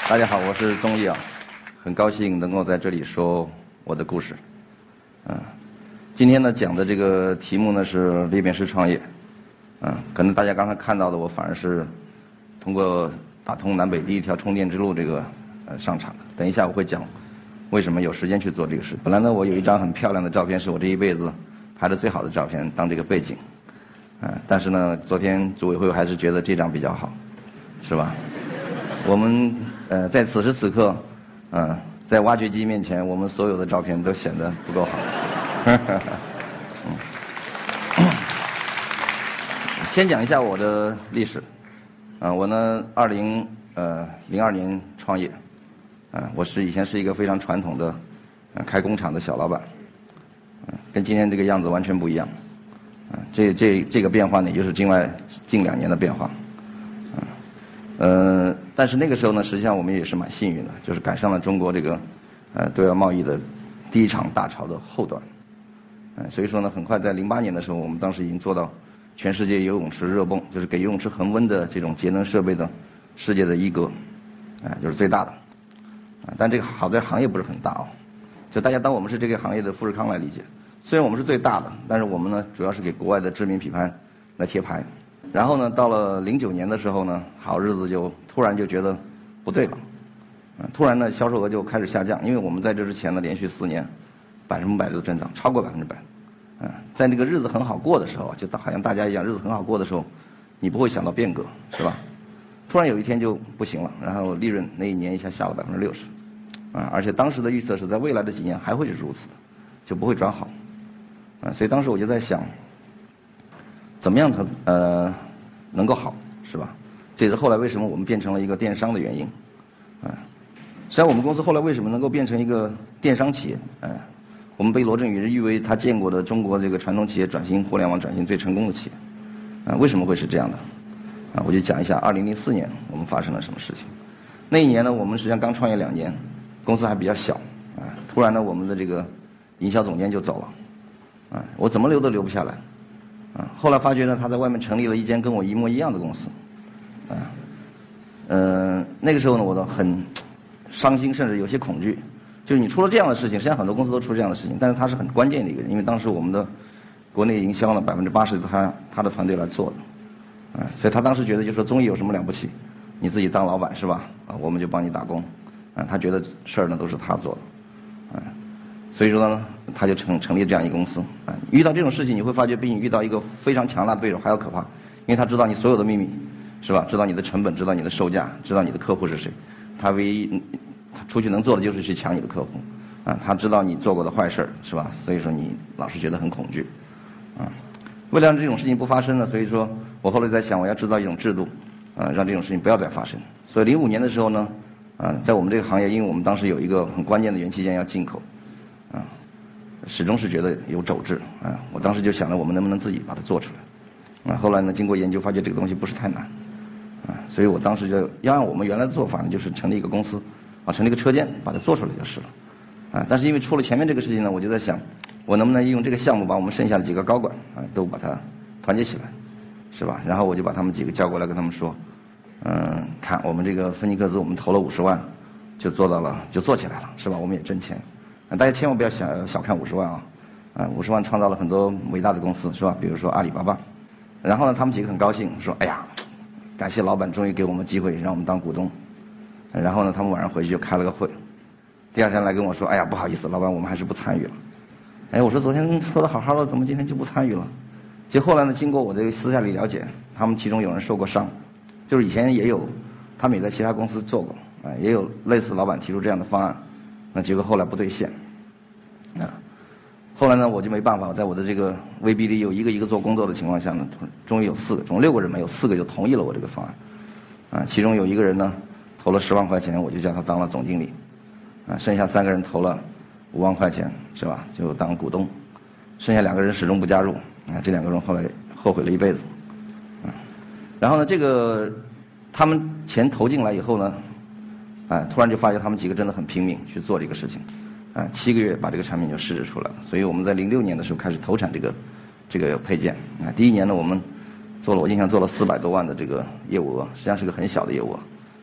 大家好，我是钟毅啊，很高兴能够在这里说我的故事。今天呢讲的这个题目呢是裂变式创业。可能大家刚才看到的我反而是通过打通南北第一条充电之路这个上场的。等一下我会讲为什么有时间去做这个事。本来呢我有一张很漂亮的照片，是我这一辈子拍的最好的照片当这个背景。但是呢昨天组委会还是觉得这张比较好，是吧？我们在此时此刻，在挖掘机面前，我们所有的照片都显得不够好。先讲一下我的历史。我呢，2002年创业。我以前是一个非常传统的开工厂的小老板。跟今天这个样子完全不一样。这个变化呢，也就是近2年的变化。但是那个时候呢，实际上我们也是蛮幸运的，就是赶上了中国这个对外贸易的第一场大潮的后段。所以说呢，很快在08年的时候，我们当时已经做到全世界游泳池热泵，就是给游泳池恒温的这种节能设备的世界的一哥，就是最大的。但这个好在行业不是很大哦，就大家当我们是这个行业的富士康来理解。虽然我们是最大的，但是我们呢主要是给国外的知名品牌来贴牌。然后呢，到了09年的时候呢，好日子就突然就觉得不对了，突然呢销售额就开始下降，因为我们在这之前呢连续4年100%的增长，超过100%。在那个日子很好过的时候，就好像大家一样，日子很好过的时候，你不会想到变革，是吧？突然有一天就不行了，然后利润那一年一下下了60%，而且当时的预测是在未来的几年还会是如此的，就不会转好。所以当时我就在想，怎么样才能够好，是吧？这也是后来为什么我们变成了一个电商的原因。实际上我们公司后来为什么能够变成一个电商企业？我们被罗振宇誉为他见过的中国这个传统企业转型互联网转型最成功的企业。为什么会是这样的？我就讲一下2004年我们发生了什么事情。那一年呢，我们实际上刚创业2年，公司还比较小。突然呢，我们的这个营销总监就走了。我怎么留都留不下来。后来发觉呢，他在外面成立了一间跟我一模一样的公司。那个时候呢，我都很伤心，甚至有些恐惧。就是你出了这样的事情，实际上很多公司都出这样的事情，但是他是很关键的一个人，因为当时我们的国内营销呢80%他的团队来做的。所以他当时觉得就说综艺有什么了不起，你自己当老板是吧？我们就帮你打工。他觉得事儿呢都是他做的。所以说呢，他就成立这样一个公司。遇到这种事情，你会发觉比你遇到一个非常强大的对手还要可怕，因为他知道你所有的秘密，是吧？知道你的成本，知道你的售价，知道你的客户是谁。他唯一出去能做的就是去抢你的客户。他知道你做过的坏事，是吧？所以说你老是觉得很恐惧。为了让这种事情不发生呢，所以说我后来在想，我要制造一种制度，让这种事情不要再发生。所以05年的时候呢，在我们这个行业，因为我们当时有一个很关键的元器件要进口。始终是觉得有肘滞。我当时就想着我们能不能自己把它做出来。后来呢，经过研究发觉这个东西不是太难。所以我当时就要按我们原来的做法呢，就是成立一个公司，成立一个车间，把它做出来就是了。但是因为出了前面这个事情呢，我就在想，我能不能利用这个项目把我们剩下的几个高管都把它团结起来，是吧？然后我就把他们几个叫过来跟他们说，看我们这个芬尼克斯，我们投了50万，就做起来了，是吧？我们也挣钱。大家千万不要小看50万啊！50万创造了很多伟大的公司，是吧？比如说阿里巴巴。然后呢，他们几个很高兴，说：“哎呀，感谢老板终于给我们机会，让我们当股东。”然后呢，他们晚上回去就开了个会。第2天来跟我说：“哎呀，不好意思，老板，我们还是不参与了。”我说昨天说的好好的，怎么今天就不参与了？结果后来呢，经过我这个私下里了解，他们其中有人受过伤，就是以前也有，他们也在其他公司做过，也有类似老板提出这样的方案。结果后来不兑现。后来呢，我就没办法，在我的这个威逼里有一个做工作的情况下呢，终于有4个，总共6个人嘛，有4个就同意了我这个方案。其中有1个人呢投了10万块钱，我就叫他当了总经理。剩下3个人投了5万块钱，是吧？就当股东。剩下2个人始终不加入。这2个人后来后悔了一辈子。然后呢，这个他们钱投进来以后呢，突然就发觉他们几个真的很拼命去做这个事情，7个月把这个产品就试制出来了。所以我们在06年的时候开始投产这个配件。第1年呢，我们我印象做了400多万的这个业务额，实际上是个很小的业务额。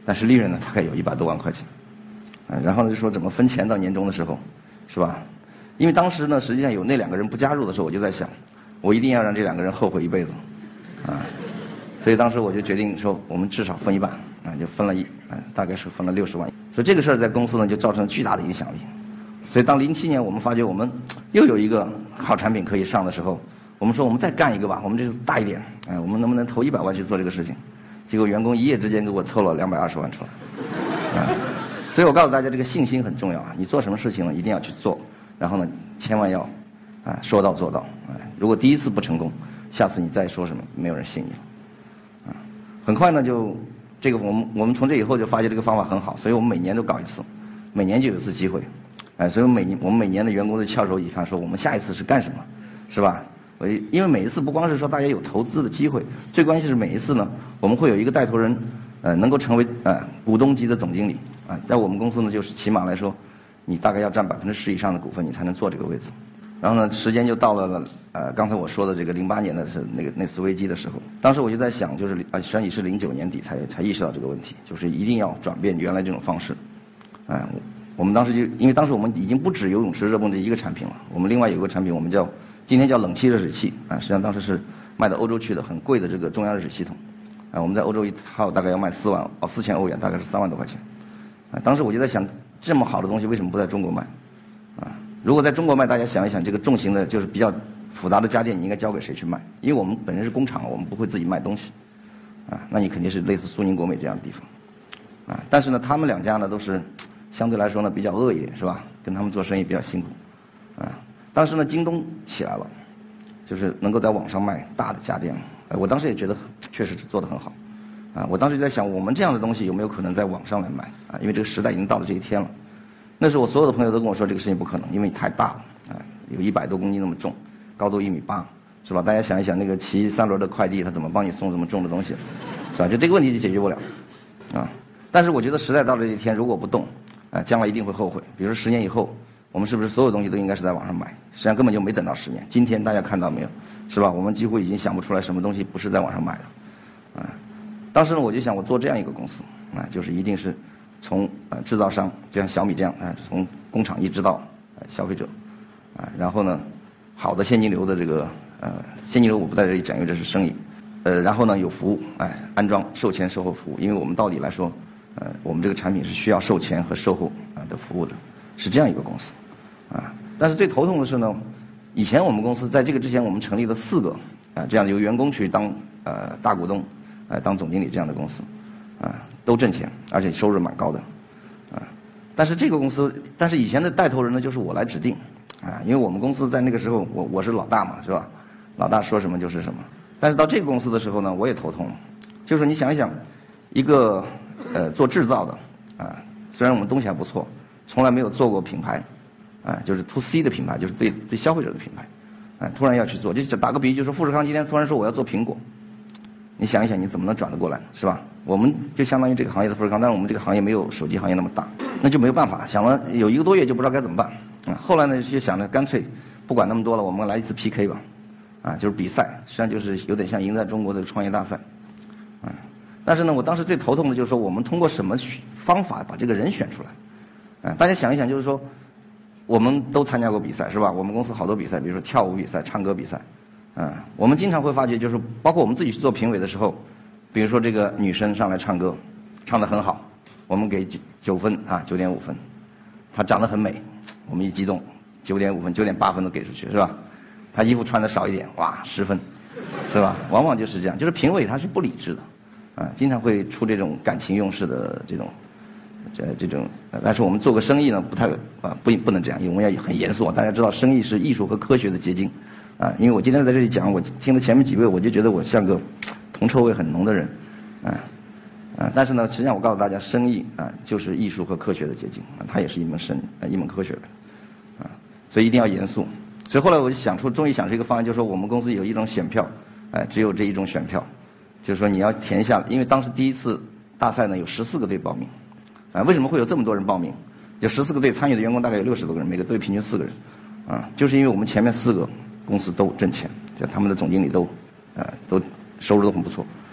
但是利润呢大概有100多万块钱。然后呢就说怎么分钱到年终的时候，是吧？因为当时呢实际上有那2个人不加入的时候，我就在想，我一定要让这2个人后悔一辈子，所以当时我就决定说我们至少分一半，就分了大概是分了60万。所以这个事儿在公司呢就造成巨大的影响力。所以当07年我们发觉我们又有一个好产品可以上的时候，我们说我们再干一个吧，我们这个大一点，我们能不能投100万去做这个事情？结果员工一夜之间给我凑了220万出来。所以我告诉大家，这个信心很重要啊！你做什么事情呢，一定要去做，然后呢，千万要说到做到。如果第一次不成功，下次你再说什么，没有人信你。很快呢，就这个我们从这以后就发现这个方法很好，所以我们每年都搞一次，每年就有一次机会。所以我们每年的员工都翘首以盼，说我们下一次是干什么，是吧？因为每一次不光是说大家有投资的机会，最关键是每一次呢，我们会有一个带头人，能够成为股东级的总经理。在我们公司呢，就是起码来说，你大概要占10%以上的股份，你才能坐这个位置。然后呢，时间就到了刚才我说的这个08年的是那次危机的时候，当时我就在想，就是实际上也是09年底才意识到这个问题，就是一定要转变原来这种方式。我们当时就因为当时我们已经不止游泳池热泵这一个产品了，我们另外有个产品我们今天叫冷气热水器实际上当时是卖到欧洲去的，很贵的这个中央热水系统。我们在欧洲一套大概要卖4000欧元，大概是3万多块钱。当时我就在想，这么好的东西为什么不在中国卖？如果在中国卖，大家想一想，这个重型的就是比较复杂的家电，你应该交给谁去卖？因为我们本身是工厂，我们不会自己卖东西。那你肯定是类似苏宁、国美这样的地方。但是呢，他们2家呢都是相对来说呢比较恶劣，是吧？跟他们做生意比较辛苦。当时呢，京东起来了，就是能够在网上卖大的家电。我当时也觉得确实做得很好。我当时就在想，我们这样的东西有没有可能在网上来卖？因为这个时代已经到了这一天了。那时候我所有的朋友都跟我说这个事情不可能，因为太大了，有100多公斤那么重，高度1.8米，是吧？大家想一想，那个骑3轮的快递，他怎么帮你送这么重的东西，是吧？就这个问题就解决不了。但是我觉得时代到了这一天，如果不动，将来一定会后悔。比如说10年以后，我们是不是所有东西都应该是在网上买？实际上根本就没等到10年。今天大家看到没有，是吧？我们几乎已经想不出来什么东西不是在网上买的。当时呢，我就想我做这样一个公司，就是一定是从制造商，就像小米这样，从工厂一直到消费者，然后呢，好的现金流的这个现金流我不在这里讲，因为这是生意，然后呢有服务，安装、售前、售后服务，因为我们到底来说，我们这个产品是需要售前和售后的服务的，是这样一个公司，但是最头痛的是呢，以前我们公司在这个之前我们成立了4个这样由员工去当大股东。当总经理这样的公司，都挣钱，而且收入蛮高的，但是这个公司，但是以前的带头人呢，就是我来指定，因为我们公司在那个时候，我是老大嘛，是吧？老大说什么就是什么。但是到这个公司的时候呢，我也头痛了，就是你想一想，一个做制造的，虽然我们东西还不错，从来没有做过品牌，就是 to C 的品牌，就是对消费者的品牌，突然要去做，就打个比喻，就是富士康今天突然说我要做苹果。你想一想，你怎么能转得过来，是吧？我们就相当于这个行业的富士康，但是我们这个行业没有手机行业那么大，那就没有办法。想了有1个多月就不知道该怎么办。后来呢就想着干脆不管那么多了，我们来一次 PK 吧，就是比赛，实际上就是有点像赢在中国的创业大赛。但是呢，我当时最头痛的就是说，我们通过什么方法把这个人选出来？大家想一想，就是说，我们都参加过比赛，是吧？我们公司好多比赛，比如说跳舞比赛、唱歌比赛。我们经常会发觉，就是包括我们自己去做评委的时候，比如说这个女生上来唱歌，唱得很好，我们给9分9.5分，她长得很美，我们一激动9.5分、9.8分都给出去，是吧？她衣服穿的少一点，哇，10分，是吧？往往就是这样，就是评委他是不理智的，经常会出这种感情用事的这种，但是我们做个生意呢，不能这样，因为我们要很严肃。大家知道，生意是艺术和科学的结晶。因为我今天在这里讲，我听了前面几位，我就觉得我像个铜臭味很浓的人，但是呢，实际上我告诉大家，生意就是艺术和科学的结晶，它也是一门科学的，所以一定要严肃。所以后来我就终于想出一个方案，就是说我们公司有一种选票，只有这一种选票，就是说你要填下，因为当时第一次大赛呢有14个队报名，为什么会有这么多人报名？有14个队参与的员工大概有60多个人，每个队平均4个人，就是因为我们前面4个公司都挣钱，就他们的总经理都收入都很不错，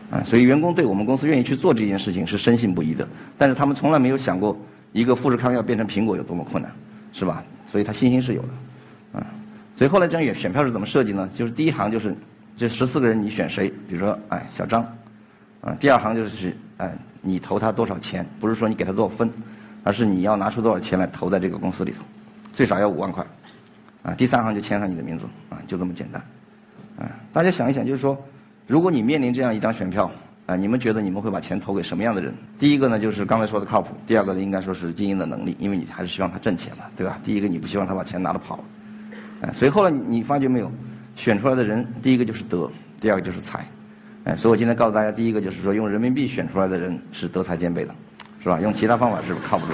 所以员工对我们公司愿意去做这件事情是深信不疑的，但是他们从来没有想过一个富士康要变成苹果有多么困难，是吧？所以他信心是有的，所以后来这样选票是怎么设计呢？就是第一行就是这14个人你选谁，比如说小张，第二行就是你投他多少钱，不是说你给他多少分，而是你要拿出多少钱来投在这个公司里头，最少要5万块，第三行就签上你的名字，就这么简单，大家想一想，就是说，如果你面临这样一张选票，你们觉得你们会把钱投给什么样的人？第一个呢，就是刚才说的靠谱；第二个呢，应该说是经营的能力，因为你还是希望他挣钱嘛，对吧？第一个你不希望他把钱拿着跑，所以后来你发觉没有，选出来的人，第一个就是德，第二个就是才，所以我今天告诉大家，第一个就是说用人民币选出来的人是德才兼备的，是吧？用其他方法是靠不住，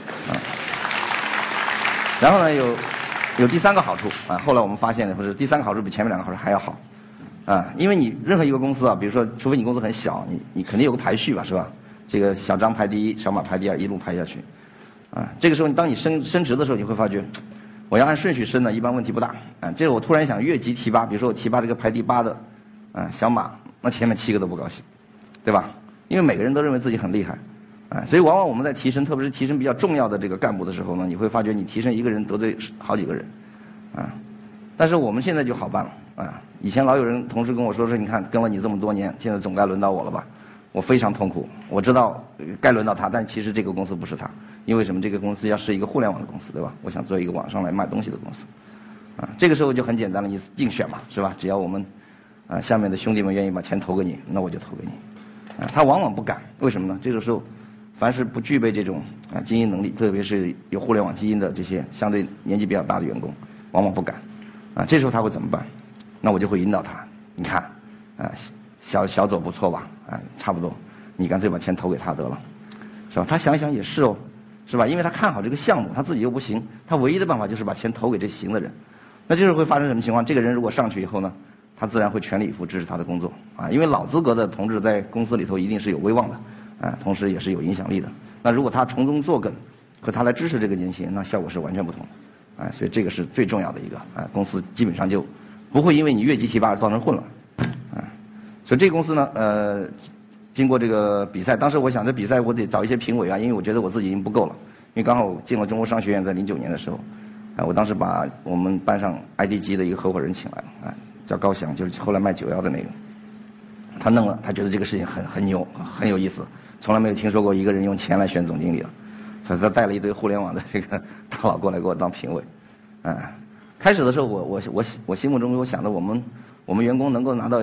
然后呢有第三个好处后来我们发现或者第三个好处比前面2个好处还要好因为你任何一个公司比如说除非你公司很小，你肯定有个排序吧，是吧？这个小张排第一，小马排第二，一路排下去这个时候当你升职的时候，你会发觉我要按顺序升呢，一般问题不大这个我突然想越级提拔，比如说我提拔这个排第8的小马，那前面7个都不高兴，对吧？因为每个人都认为自己很厉害所以往往我们在提升，特别是提升比较重要的这个干部的时候呢，你会发觉你提升一个人得罪好几个人但是我们现在就好办了以前老有人同事跟我说你看跟了你这么多年，现在总该轮到我了吧？我非常痛苦，我知道该轮到他，但其实这个公司不是他，因为什么？这个公司要是一个互联网的公司，对吧？我想做一个网上来卖东西的公司这个时候就很简单了，你竞选嘛，是吧？只要我们下面的兄弟们愿意把钱投给你，那我就投给你他往往不敢，为什么呢？这个时候凡是不具备这种经营能力，特别是有互联网基因的这些相对年纪比较大的员工，往往不敢这时候他会怎么办？那我就会引导他，你看小左不错吧差不多，你干脆把钱投给他得了，是吧？他想想也是是吧？因为他看好这个项目，他自己又不行，他唯一的办法就是把钱投给这行的人。那这时候会发生什么情况？这个人如果上去以后呢，他自然会全力以赴支持他的工作因为老资格的同志在公司里头一定是有威望的同时也是有影响力的。那如果他从中作梗，和他来支持这个年轻人，那效果是完全不同的所以这个是最重要的一个公司基本上就不会因为你越级提拔而造成混乱所以这个公司呢经过这个比赛，当时我想这比赛我得找一些评委因为我觉得我自己已经不够了，因为刚好我进了中国商学院，在09年的时候我当时把我们班上 ID 级的一个合伙人请来了叫高翔，就是后来卖91的那个，他弄了，他觉得这个事情很牛，很有意思，从来没有听说过一个人用钱来选总经理了，所以他带了一堆互联网的这个大佬过来给我当评委开始的时候我心目中我想的我们员工能够拿到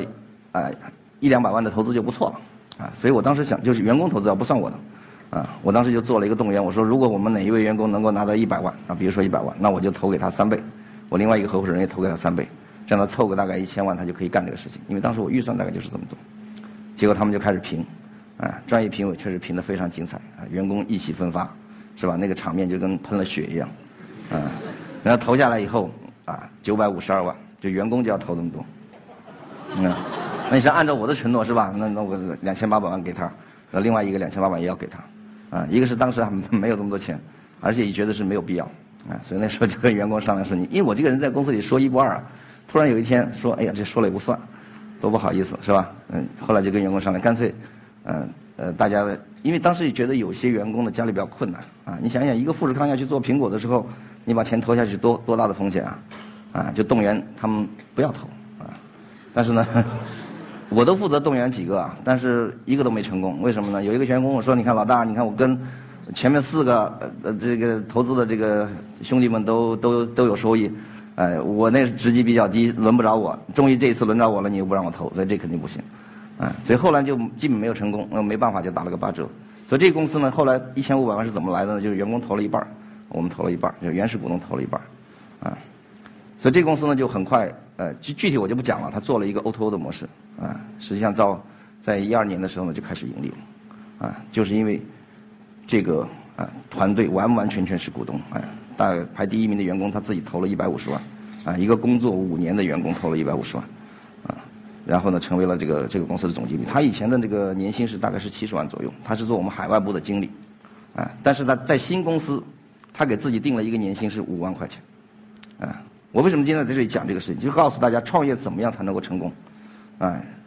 100-200万的投资就不错了所以我当时想就是员工投资不算我的我当时就做了一个动员，我说如果我们哪一位员工能够拿到100万比如说100万，那我就投给他3倍，我另外一个合伙人也投给他3倍，这样他凑个大概1000万，他就可以干这个事情，因为当时我预算大概就是这么多。结果他们就开始评专业评委确实评得非常精彩员工意气风发，是吧？那个场面就跟喷了血一样然后投下来以后952万，就员工就要投这么多那你是按照我的承诺是吧？那我2800万给他，另外一个2800万也要给他一个是当时还没有这么多钱，而且也觉得是没有必要所以那时候就跟员工商量说，因为我这个人在公司里说一不二突然有一天说哎呀这说了也不算，多不好意思，是吧？后来就跟员工商量，干脆大家因为当时也觉得有些员工的家里比较困难你想想一个富士康要去做苹果的时候，你把钱投下去多大的风险就动员他们不要投但是呢我都负责动员几个但是一个都没成功，为什么呢？有一个员工我说，你看老大，你看我跟前面4个这个投资的这个兄弟们都有收益我那职级比较低，轮不着我，终于这一次轮着我了，你又不让我投，所以这肯定不行所以后来就基本没有成功没办法就打了个8折。所以这个公司呢后来1500万是怎么来的呢？就是员工投了一半，我们投了一半，就原始股东投了一半所以这个公司呢就很快具体我就不讲了，他做了一个 O2O 的模式实际上在12年的时候呢就开始盈利了就是因为这个团队完完全全是股东大概排第1名的员工他自己投了150万一个工作5年的员工投了150万然后呢成为了这个公司的总经理。他以前的这个年薪是大概是70万左右，他是做我们海外部的经理但是他在新公司他给自己定了一个年薪是5万块钱我为什么今天在这里讲这个事情，就告诉大家创业怎么样才能够成功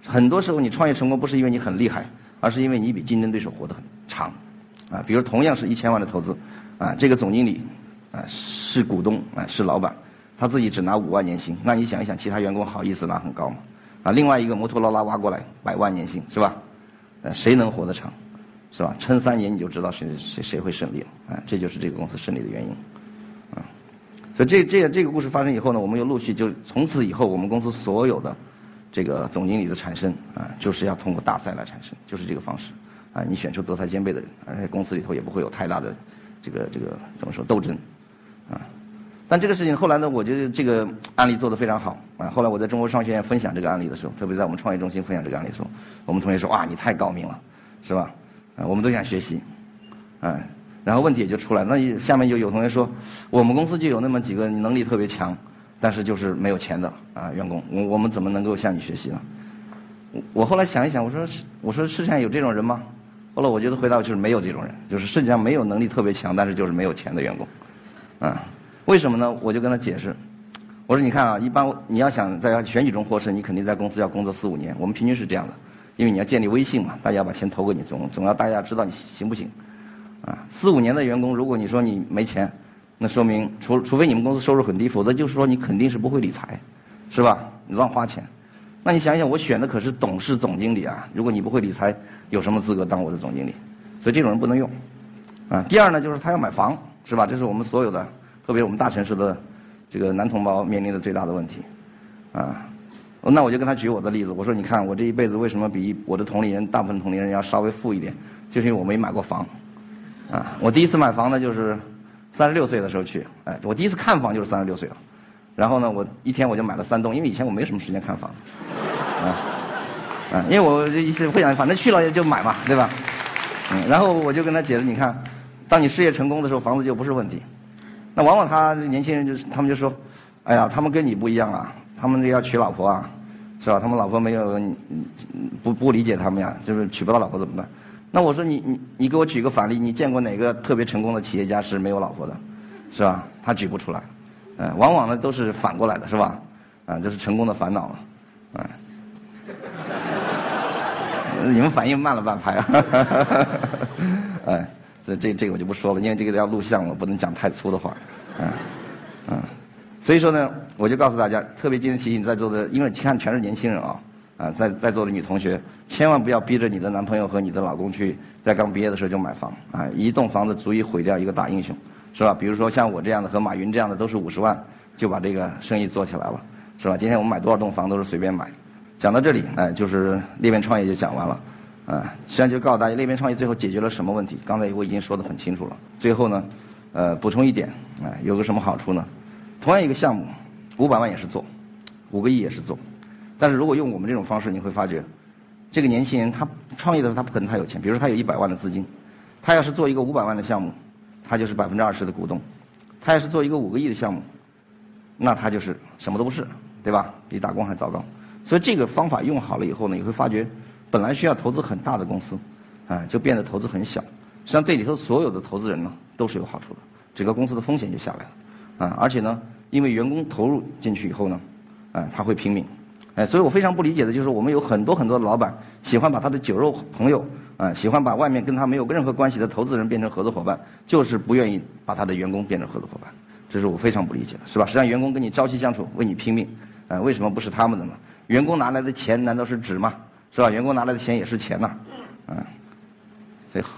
很多时候你创业成功不是因为你很厉害，而是因为你比竞争对手活得很长。比如同样是1000万的投资，这个总经理是股东是老板，他自己只拿5万年薪，那你想一想，其他员工好意思拿很高吗？另外一个摩托罗拉挖过来100万年薪，是吧？谁能活得长？是吧？撑3年你就知道谁会胜利了。这就是这个公司胜利的原因。所以这个故事发生以后呢，我们又陆续就从此以后，我们公司所有的这个总经理的产生就是要通过大赛来产生，就是这个方式。你选出德才兼备的人，而且公司里头也不会有太大的这个怎么说斗争。但这个事情后来呢，我觉得这个案例做得非常好。后来我在中国商学院分享这个案例的时候，特别在我们创业中心分享这个案例的时候，我们同学说哇，你太高明了，是吧？我们都想学习。然后问题也就出来，那下面就有同学说，我们公司就有那么几个能力特别强，但是就是没有钱的员工，我们怎么能够向你学习呢？我后来想一想，我说世界上有这种人吗？后来我觉得回答就是没有这种人，就是世界上没有能力特别强，但是就是没有钱的员工。为什么呢？我就跟他解释，我说你看一般你要想在选举中获胜，你肯定在公司要工作4、5年，我们平均是这样的，因为你要建立威信嘛，大家要把钱投给你，总要大家知道你行不行。4、5年的员工，如果你说你没钱，那说明除非你们公司收入很低，否则就是说你肯定是不会理财，是吧？你乱花钱。那你想想，我选的可是董事总经理啊，如果你不会理财，有什么资格当我的总经理？所以这种人不能用。第二呢，就是他要买房，是吧？这是我们所有的，特别我们大城市的这个男同胞面临的最大的问题。那我就跟他举我的例子，我说你看我这一辈子为什么比我的同龄人大部分同龄人要稍微富一点，就是因为我没买过房。我第一次买房呢，就是36岁的时候去，我第一次看房就是36岁了。然后呢，我一天我就买了3栋，因为以前我没什么时间看房。因为我一直会想，反正去了就买嘛，对吧？然后我就跟他解释，你看，当你事业成功的时候，房子就不是问题。那往往他年轻人他们就说，哎呀，他们跟你不一样啊，他们要娶老婆啊，是吧？他们老婆没有不理解他们呀，就是娶不到老婆怎么办？那我说你给我举个反例，你见过哪个特别成功的企业家是没有老婆的，是吧？他举不出来。往往呢都是反过来的，是吧？这是成功的烦恼嘛。你们反应慢了半拍啊。所以这个我就不说了，因为这个要录像，我不能讲太粗的话。所以说呢，我就告诉大家，特别今天提醒在座的，因为看全是年轻人在座的女同学，千万不要逼着你的男朋友和你的老公去在刚毕业的时候就买房一栋房子足以毁掉一个大英雄，是吧？比如说像我这样的和马云这样的都是50万就把这个生意做起来了，是吧？今天我们买多少栋房都是随便买。讲到这里就是裂变创业就讲完了。实际上就告诉大家，裂变创业最后解决了什么问题？刚才我已经说得很清楚了。最后呢，补充一点，有个什么好处呢？同样一个项目，500万也是做，5个亿也是做，但是如果用我们这种方式，你会发觉，这个年轻人他创业的时候他不可能他有钱，比如说他有100万的资金，他要是做一个500万的项目，他就是20%的股东；他要是做一个5个亿的项目，那他就是什么都不是，对吧？比打工还糟糕。所以这个方法用好了以后呢，你会发觉，本来需要投资很大的公司，就变得投资很小。实际上对里头所有的投资人呢都是有好处的，整个公司的风险就下来了。而且呢，因为员工投入进去以后呢，他会拼命。所以我非常不理解的就是我们有很多的老板喜欢把他的酒肉朋友，喜欢把外面跟他没有任何关系的投资人变成合作伙伴，就是不愿意把他的员工变成合作伙伴。这是我非常不理解的，是吧？实际上员工跟你朝夕相处，为你拼命，为什么不是他们的呢？员工拿来的钱难道是纸吗？是吧？员工拿来的钱也是钱呐。所以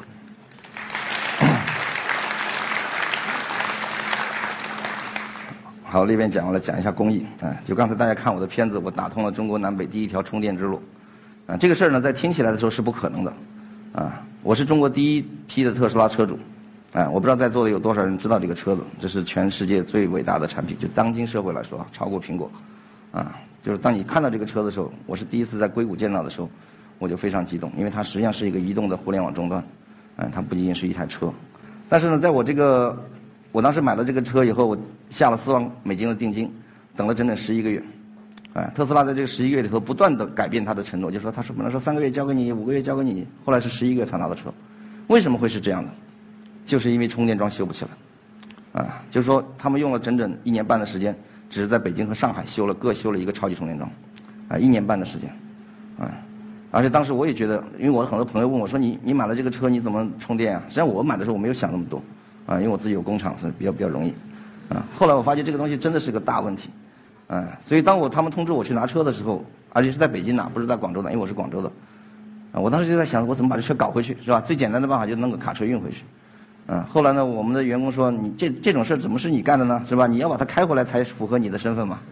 好，那边讲完了，讲一下公益。就刚才大家看我的片子，我打通了中国南北第一条充电之路。这个事儿呢，在听起来的时候是不可能的。我是中国第一批的特斯拉车主。我不知道在座的有多少人知道这个车子，这是全世界最伟大的产品，就当今社会来说，超过苹果。就是当你看到这个车的时候，我是第一次在硅谷见到的时候，我就非常激动，因为它实际上是一个移动的互联网终端。它不仅仅是一台车。但是呢，在我当时买了这个车以后，我下了4万美金的定金，等了整整11个月。特斯拉在这个11个月里头不断的改变它的承诺，就是说他本来说3个月交给你，5个月交给你，后来是11个月才拿到车。为什么会是这样的？就是因为充电桩修不起来。就是说他们用了整整1年半的时间，只是在北京和上海各修了一个超级充电桩，1年半的时间。 而且当时我也觉得，因为我很多朋友问我说你买了这个车你怎么充电啊？实际上我买的时候我没有想那么多，因为我自己有工厂，所以比较容易，后来我发现这个东西真的是个大问题，所以当他们通知我去拿车的时候，而且是在北京拿，不是在广州拿，因为我是广州的，我当时就在想我怎么把这车搞回去，是吧？最简单的办法就是弄个卡车运回去，后来呢，我们的员工说你这种事怎么是你干的呢？是吧？你要把它开回来才符合你的身份嘛，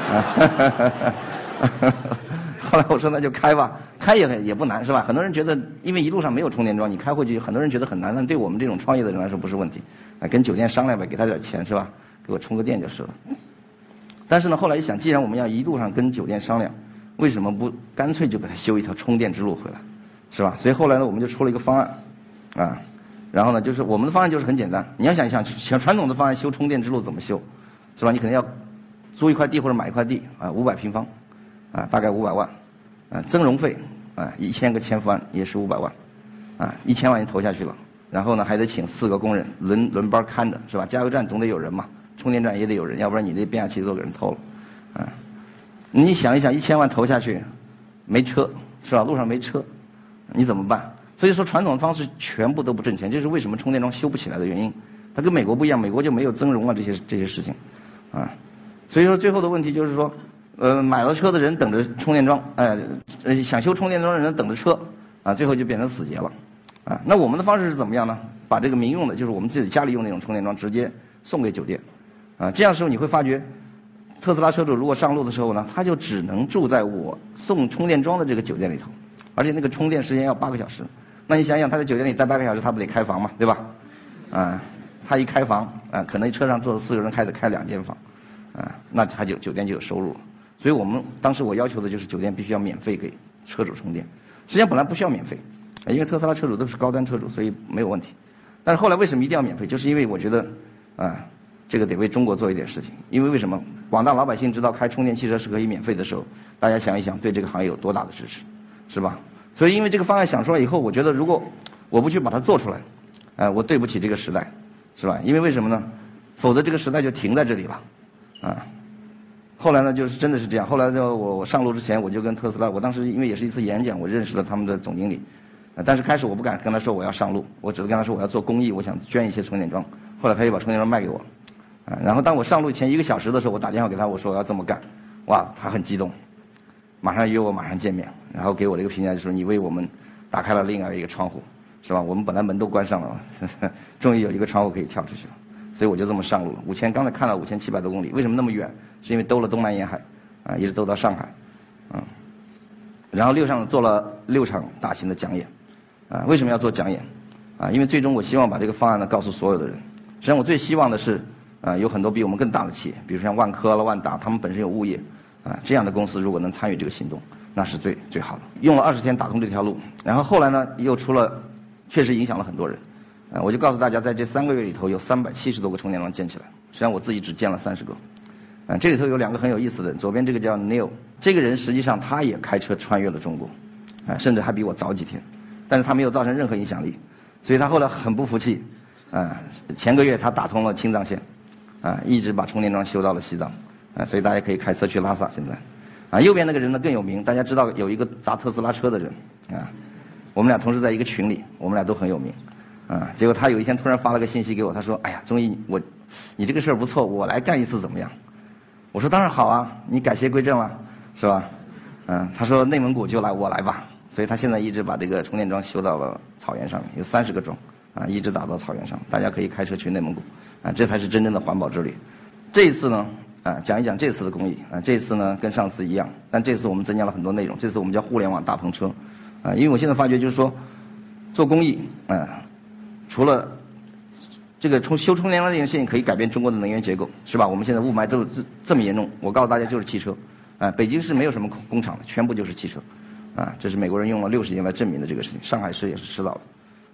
后来我说那就开吧，开也不难，是吧？很多人觉得因为一路上没有充电桩，你开回去很多人觉得很难，但对我们这种创业的人来说不是问题，跟酒店商量呗，给他点钱，是吧？给我充个电就是了。但是呢，后来一想，既然我们要一路上跟酒店商量，为什么不干脆就给他修一条充电之路回来，是吧？所以后来呢，我们就出了一个方案，然后呢，就是我们的方案就是很简单，你要想一想，传统的方案修充电之路怎么修，是吧？你可能要租一块地或者买一块地，500平方，大概500万，增容费，1000个千伏安也是500万，1000万投下去了，然后呢还得请4个工人轮班看着，是吧？加油站总得有人嘛，充电站也得有人，要不然你的变压器都给人偷了，你想一想，1000万投下去，没车，是吧？路上没车，你怎么办？所以说传统的方式全部都不挣钱，这是为什么充电桩修不起来的原因。它跟美国不一样，美国就没有增容这些事情，所以说最后的问题就是说，买了车的人等着充电桩，想修充电桩的人等着车，最后就变成死结了，那我们的方式是怎么样呢？把这个民用的，就是我们自己家里用那种充电桩直接送给酒店，这样的时候你会发觉，特斯拉车主如果上路的时候呢，他就只能住在我送充电桩的这个酒店里头，而且那个充电时间要8个小时。那你想想，他在酒店里待8个小时，他不得开房嘛，对吧？他一开房，可能车上坐了4个人，还得开2间房，那他酒店就有收入了。所以当时我要求的就是酒店必须要免费给车主充电。实际上本来不需要免费，因为特斯拉车主都是高端车主，所以没有问题。但是后来为什么一定要免费？就是因为我觉得，这个得为中国做一点事情。因为为什么？广大老百姓知道开充电汽车是可以免费的时候，大家想一想，对这个行业有多大的支持，是吧？所以因为这个方案想出来以后，我觉得如果我不去把它做出来，我对不起这个时代，是吧？因为为什么呢？否则这个时代就停在这里了，后来呢，就是真的是这样。后来呢，我上路之前，我就跟特斯拉，我当时因为也是一次演讲，我认识了他们的总经理，但是开始我不敢跟他说我要上路，我只是跟他说我要做公益，我想捐一些充电桩。后来他又把充电桩卖给我，然后当我上路前1个小时的时候，我打电话给他，我说我要这么干，哇，他很激动，马上约我马上见面，然后给我的一个评价就是说你为我们打开了另外一个窗户，是吧？我们本来门都关上了，终于有一个窗户可以跳出去了。所以我就这么上路了刚才看了5700多公里，为什么那么远？是因为兜了东南沿海，一直兜到上海，然后上做了6场大型的讲演，为什么要做讲演？因为最终我希望把这个方案呢告诉所有的人。实际上我最希望的是，有很多比我们更大的企业，比如像万科了、万达，他们本身有物业，这样的公司如果能参与这个行动，那是最好的。用了20天打通这条路，然后后来呢又确实影响了很多人。我就告诉大家，在这3个月里头有370多个充电桩建起来，实际上我自己只建了30个。这里头有2个很有意思的人，左边这个叫 Neil， 这个人实际上他也开车穿越了中国，甚至还比我早几天，但是他没有造成任何影响力，所以他后来很不服气，前个月他打通了青藏线，一直把充电桩修到了西藏，所以大家可以开车去拉萨现在。右边那个人呢更有名，大家知道有一个砸特斯拉车的人，我们俩同时在一个群里，我们俩都很有名。结果他有一天突然发了个信息给我，他说：“哎呀，钟毅，你这个事儿不错，我来干一次怎么样？”我说：“当然好啊，你改邪归正了，是吧？”他说：“内蒙古就我来吧。”所以他现在一直把这个充电桩修到了草原上面，有30个桩，一直打到草原上，大家可以开车去内蒙古，这才是真正的环保之旅。这一次呢，讲一讲这次的公益，这次呢跟上次一样，但这次我们增加了很多内容，这次我们叫互联网大篷车，因为我现在发觉就是说，做公益，除了这个修充电桩这件事情可以改变中国的能源结构，是吧？我们现在雾霾这么严重，我告诉大家就是汽车，北京市没有什么工厂的，全部就是汽车，这是美国人用了60年来证明的这个事情，上海市也是迟早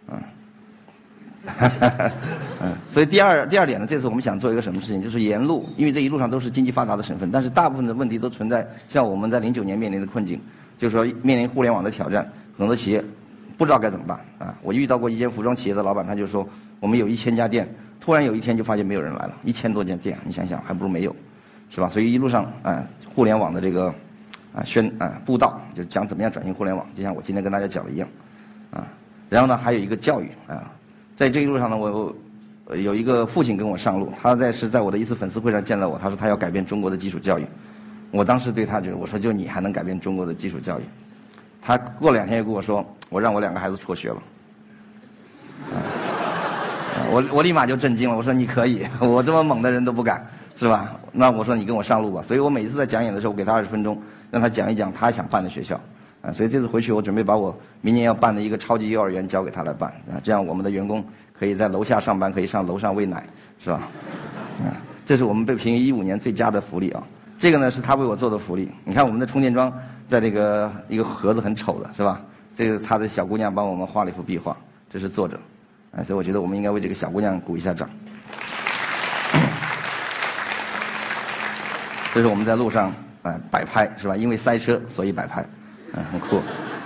的，所以第二点呢，这次我们想做一个什么事情，就是沿路，因为这一路上都是经济发达的省份，但是大部分的问题都存在像我们在09年面临的困境，就是说面临互联网的挑战，很多企业不知道该怎么办我遇到过一间服装企业的老板，他就说我们有1000家店，突然有一天就发现没有人来了，1000多家店，你想想还不如没有，是吧？所以一路上互联网的这个布道，就讲怎么样转型互联网，就像我今天跟大家讲的一样，然后呢还有一个教育在这一路上呢，我有一个父亲跟我上路，他是在我的一次粉丝会上见到我，他说他要改变中国的基础教育，我当时对他我说就你还能改变中国的基础教育？他过2天又跟我说，我让我2个孩子辍学了。我立马就震惊了，我说你可以，我这么猛的人都不敢，是吧？那我说你跟我上路吧。所以我每一次在讲演的时候，我给他20分钟，让他讲一讲他想办的学校。所以这次回去我准备把我明年要办的一个超级幼儿园交给他来办这样我们的员工可以在楼下上班，可以上楼上喂奶，是吧？这是我们被评为15年最佳的福利这个呢是他为我做的福利。你看我们的充电桩在这个一个盒子很丑的，是吧？这个他的小姑娘帮我们画了一幅壁画，这是作者。所以我觉得我们应该为这个小姑娘鼓一下掌。这是我们在路上摆拍，是吧？因为塞车所以摆拍，很酷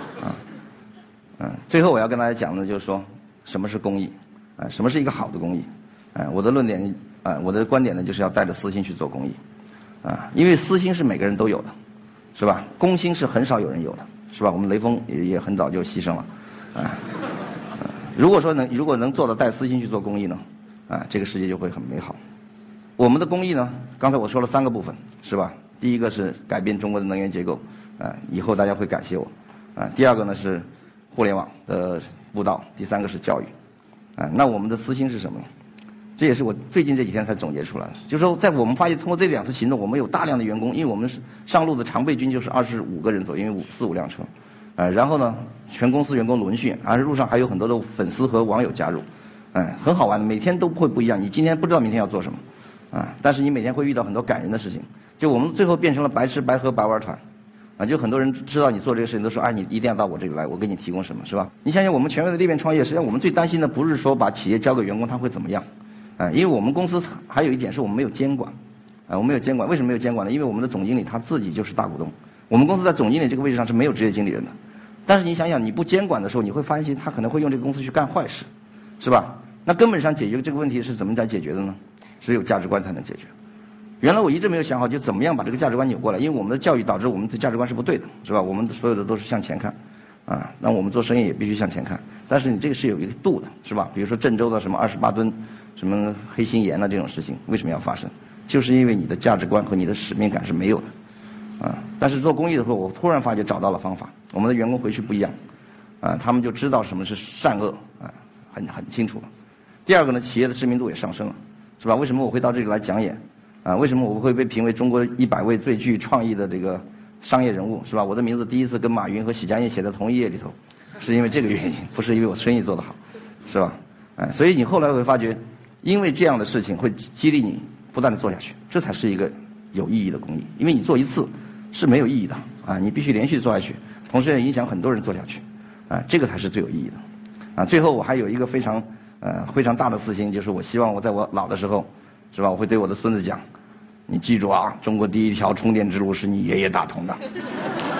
最后我要跟大家讲的就是说什么是公益什么是一个好的公益我的论点我的观点呢就是要带着私心去做公益因为私心是每个人都有的，是吧？公心是很少有人有的，是吧？我们雷锋也很早就牺牲了如果能做到带私心去做公益呢这个世界就会很美好。我们的公益呢，刚才我说了3个部分，是吧？第一个是改变中国的能源结构以后大家会感谢我第2个呢是互联网的布道，第3个是教育那我们的私心是什么呢？这也是我最近这几天才总结出来的，就是说在我们发现通过这2次行动，我们有大量的员工，因为我们是上路的常备军就是25个人左右，因为4、5辆车然后呢全公司员工轮训，而路上还有很多的粉丝和网友加入很好玩的，每天都会不一样，你今天不知道明天要做什么但是你每天会遇到很多感人的事情，就我们最后变成了白吃白喝白玩团就很多人知道你做这个事情都说你一定要到我这里来，我给你提供什么，是吧？你想想我们全国的裂变创业，实际上我们最担心的不是说把企业交给员工他会怎么样因为我们公司还有一点是我们没有监管我们没有监管，为什么没有监管呢？因为我们的总经理他自己就是大股东，我们公司在总经理这个位置上是没有职业经理人的。但是你想想，你不监管的时候，你会发现他可能会用这个公司去干坏事，是吧？那根本上解决这个问题是怎么来解决的呢？只有价值观才能解决。原来我一直没有想好就怎么样把这个价值观扭过来，因为我们的教育导致我们的价值观是不对的，是吧？我们所有的都是向前看那我们做生意也必须向前看，但是你这个是有一个度的，是吧？比如说郑州的什么28吨什么黑心盐这种事情为什么要发生，就是因为你的价值观和你的使命感是没有的但是做公益的时候，我突然发觉找到了方法，我们的员工回去不一样他们就知道什么是善恶很清楚了。第2个呢，企业的知名度也上升了，是吧？为什么我会到这里来讲演为什么我会被评为中国100位最具创意的这个商业人物，是吧？我的名字第一次跟马云和许家印写在同一页里头，是因为这个原因，不是因为我生意做得好，是吧？所以你后来会发觉，因为这样的事情会激励你不断的做下去，这才是一个有意义的公益。因为你做一次是没有意义的你必须连续做下去，同时也影响很多人做下去这个才是最有意义的最后我还有一个非常大的私心，就是我希望我在我老的时候，是吧？我会对我的孙子讲，你记住中国第1条充电之路是你爷爷打通的。